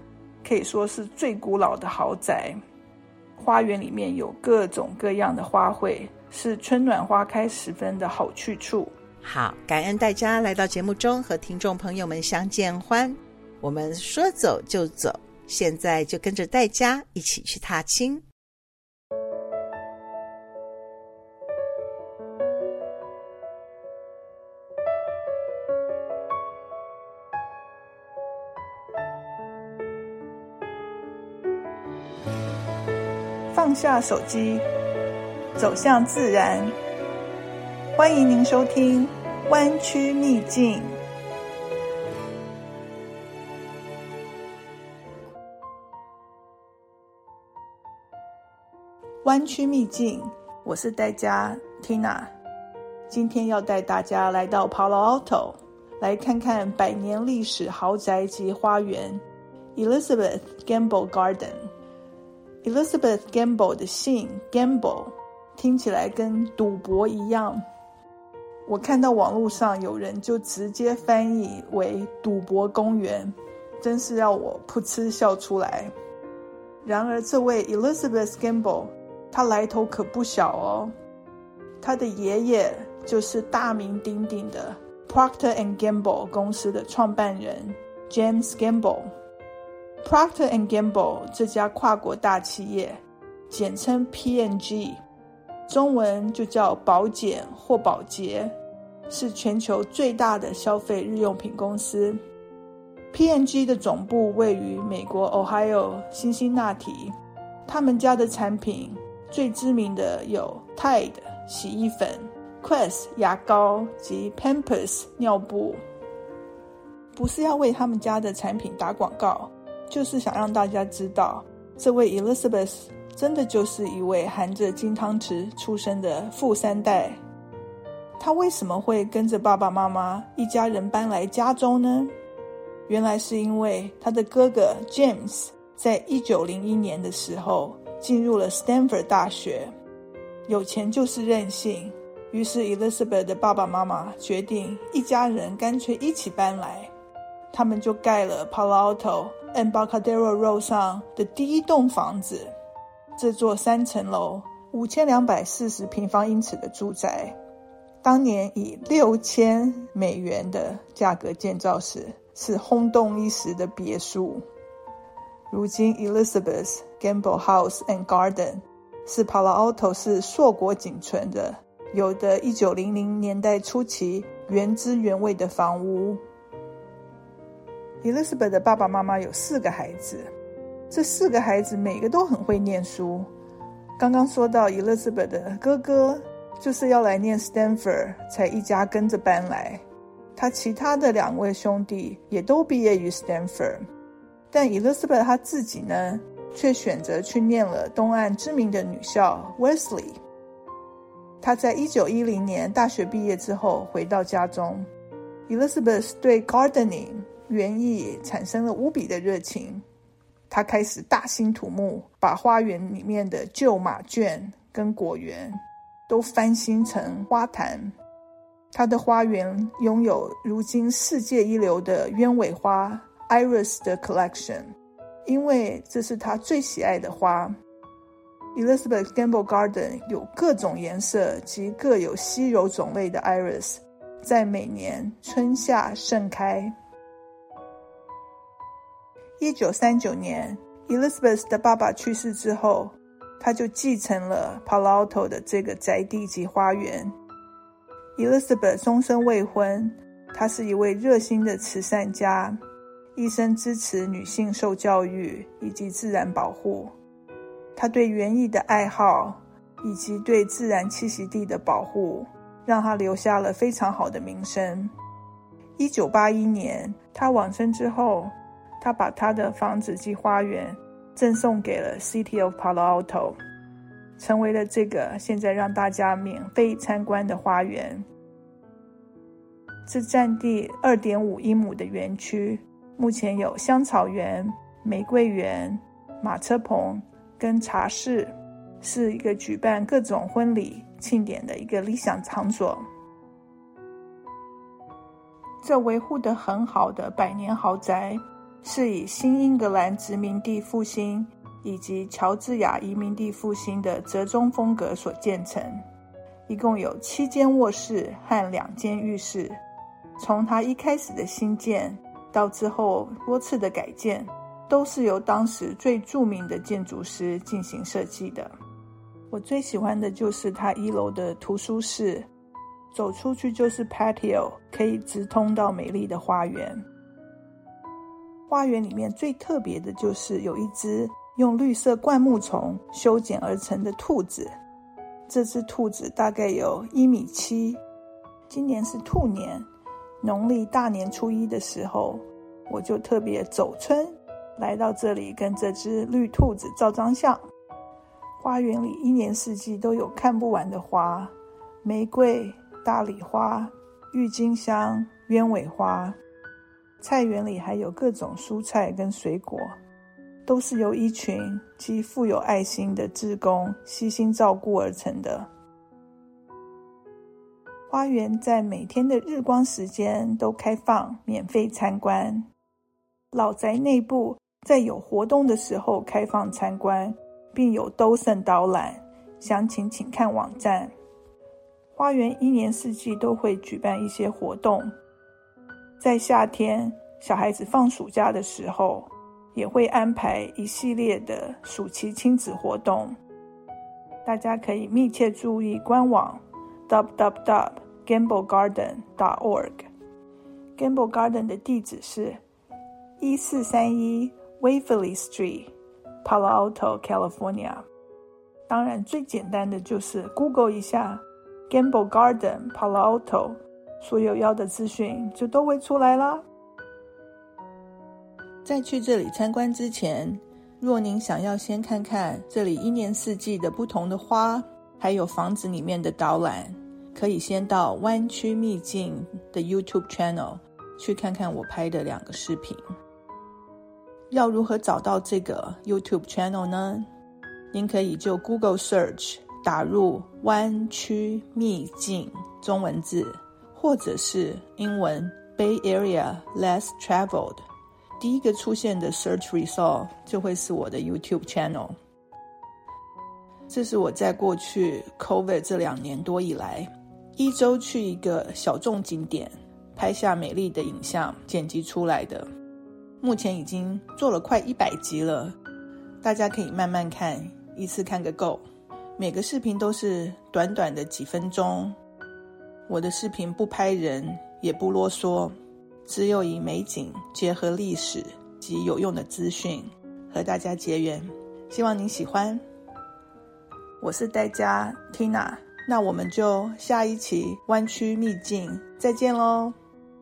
Speaker 10: 可以说是最古老的豪宅。花园里面有各种各样的花卉，是春暖花开时分的好去处。
Speaker 3: 好，感恩大家来到节目中和听众朋友们相见欢。我们说走就走，现在就跟着大家一起去踏青。
Speaker 10: 放下手机，走向自然。欢迎您收听湾区秘境。湾区秘境，我是代家 Tina， 今天要带大家来到 Palo Alto， 来看看100年历史豪宅及花园 Elizabeth Gamble Garden。Elizabeth Gamble 的姓 Gamble 听起来跟赌博一样，我看到网络上有人就直接翻译为赌博公园，真是让我噗嗤笑出来。然而这位 Elizabeth Gamble 她来头可不小哦，她的爷爷就是大名鼎鼎的 Procter & Gamble 公司的创办人 James Gamble。Procter & Gamble 这家跨国大企业，简称 P&G， 中文就叫宝简或宝洁，是全球最大的消费日用品公司。P&G 的总部位于美国 Ohio 辛辛那提，他们家的产品最知名的有 Tide 洗衣粉、Crest 牙膏及 Pampers 尿布。不是要为他们家的产品打广告，就是想让大家知道，这位 Elizabeth 真的就是一位含着金汤匙出生的富三代。她为什么会跟着爸爸妈妈一家人搬来加州呢？原来是因为她的哥哥 James 在1901年的时候进入了 Stanford 大学。有钱就是任性，于是 Elizabeth 的爸爸妈妈决定一家人干脆一起搬来，他们就盖了 Palo Alto Embarcadero Road 上的第一栋房子。这座3层楼5240平方英尺的住宅，当年以$6000的价格建造时，是轰动一时的别墅。如今 Elizabeth Gamble House and Garden 是 Palo Alto 市硕果仅存的，有的1900年代初期原汁原味的房屋。Elizabeth 的爸爸妈妈有4个孩子，这4个孩子每个都很会念书。刚刚说到 Elizabeth 的哥哥就是要来念 Stanford 才一家跟着搬来，他其他的2位兄弟也都毕业于 Stanford， 但 Elizabeth 她自己呢，却选择去念了东岸知名的女校 Wesley。 她在1910年大学毕业之后回到家中， Elizabeth 对 gardening园艺产生了无比的热情，他开始大兴土木，把花园里面的旧马圈跟果园都翻新成花坛。他的花园拥有如今世界一流的鸢尾花 Iris 的 collection， 因为这是他最喜爱的花。 Elizabeth Gamble Garden 有各种颜色及各有稀有种类的 Iris， 在每年春夏盛开。1939年 Elizabeth 的爸爸去世之后，他就继承了 Palo Alto 的这个宅地及花园。 Elizabeth 终身未婚，她是一位热心的慈善家，一生支持女性受教育以及自然保护。她对园艺的爱好以及对自然栖息地的保护，让她留下了非常好的名声。1981年她往生之后，他把他的房子及花园赠送给了 City of Palo Alto， 成为了这个现在让大家免费参观的花园。这占地 2.5 英亩的园区，目前有香草园、玫瑰园、马车棚跟茶室，是一个举办各种婚礼庆典的一个理想场所。这维护得很好的100年豪宅是以新英格兰殖民地复兴以及乔治亚移民地复兴的折中风格所建成，一共有7间卧室和2间浴室。从它一开始的新建到之后多次的改建，都是由当时最著名的建筑师进行设计的。我最喜欢的就是它1楼的图书室，走出去就是 patio， 可以直通到美丽的花园。花园里面最特别的就是有一只用绿色灌木丛修剪而成的兔子，这只兔子大概有1.7米，今年是兔年，农历大年初1的时候，我就特别走春来到这里跟这只绿兔子照张相。花园里1年4季都有看不完的花，玫瑰、大礼花、郁金香、鸢尾花。菜园里还有各种蔬菜跟水果，都是由一群既富有爱心的志工悉心照顾而成的。花园在每天的日光时间都开放免费参观，老宅内部在有活动的时候开放参观，并有兜胜导览，详情请看网站。花园1年4季都会举办一些活动，在夏天小孩子放暑假的时候，也会安排一系列的暑期亲子活动，大家可以密切注意官网 www.gamblegarden.org。 Gamble Garden 的地址是1431 Waverly Street Palo Alto, California。 当然最简单的就是 Google 一下 Gamble Garden Palo Alto， 所有要的资讯就都会出来啦。在去这里参观之前，若您想要先看看这里1年4季的不同的花，还有房子里面的导览，可以先到湾区秘境的 YouTube channel 去看看我拍的2个视频。要如何找到这个 YouTube channel 呢？您可以就 Google Search 打入湾区秘境中文字，或者是英文 Bay Area Less Traveled， 第一个出现的 Search Result 就会是我的 YouTube channel。 这是我在过去 COVID 这2年多以来1周去一个小众景点，拍下美丽的影像剪辑出来的，目前已经做了快100集了，大家可以慢慢看，一次看个够。每个视频都是短短的几分钟，我的视频不拍人也不啰嗦，只有以美景结合历史及有用的资讯和大家结缘，希望您喜欢。我是戴佳 Tina， 那我们就下一期湾区秘境再见咯。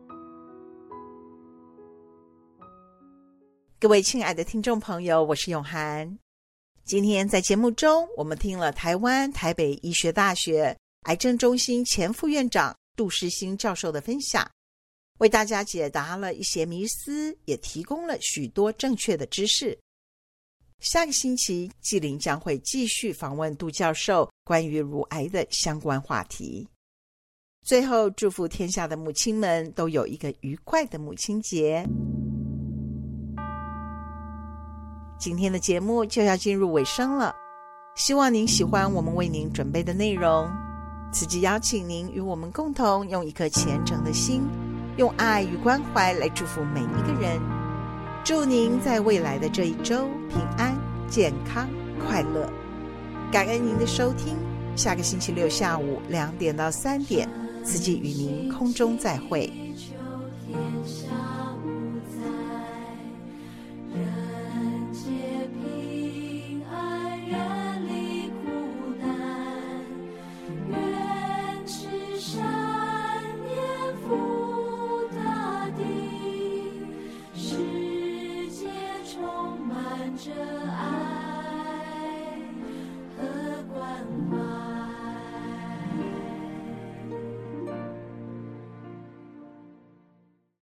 Speaker 3: 各位亲爱的听众朋友，我是永涵。今天在节目中，我们听了台湾台北医学大学癌症中心前副院长杜世新教授的分享，为大家解答了一些迷思，也提供了许多正确的知识。下个星期，纪灵将会继续访问杜教授关于乳癌的相关话题。最后，祝福天下的母亲们都有一个愉快的母亲节。今天的节目就要进入尾声了，希望您喜欢我们为您准备的内容。此即邀请您与我们共同用一颗虔诚的心，用爱与关怀来祝福每一个人。祝您在未来的这一周平安、健康、快乐。感恩您的收听，下个星期六下午2点到3点，此即与您空中再会。
Speaker 2: 天下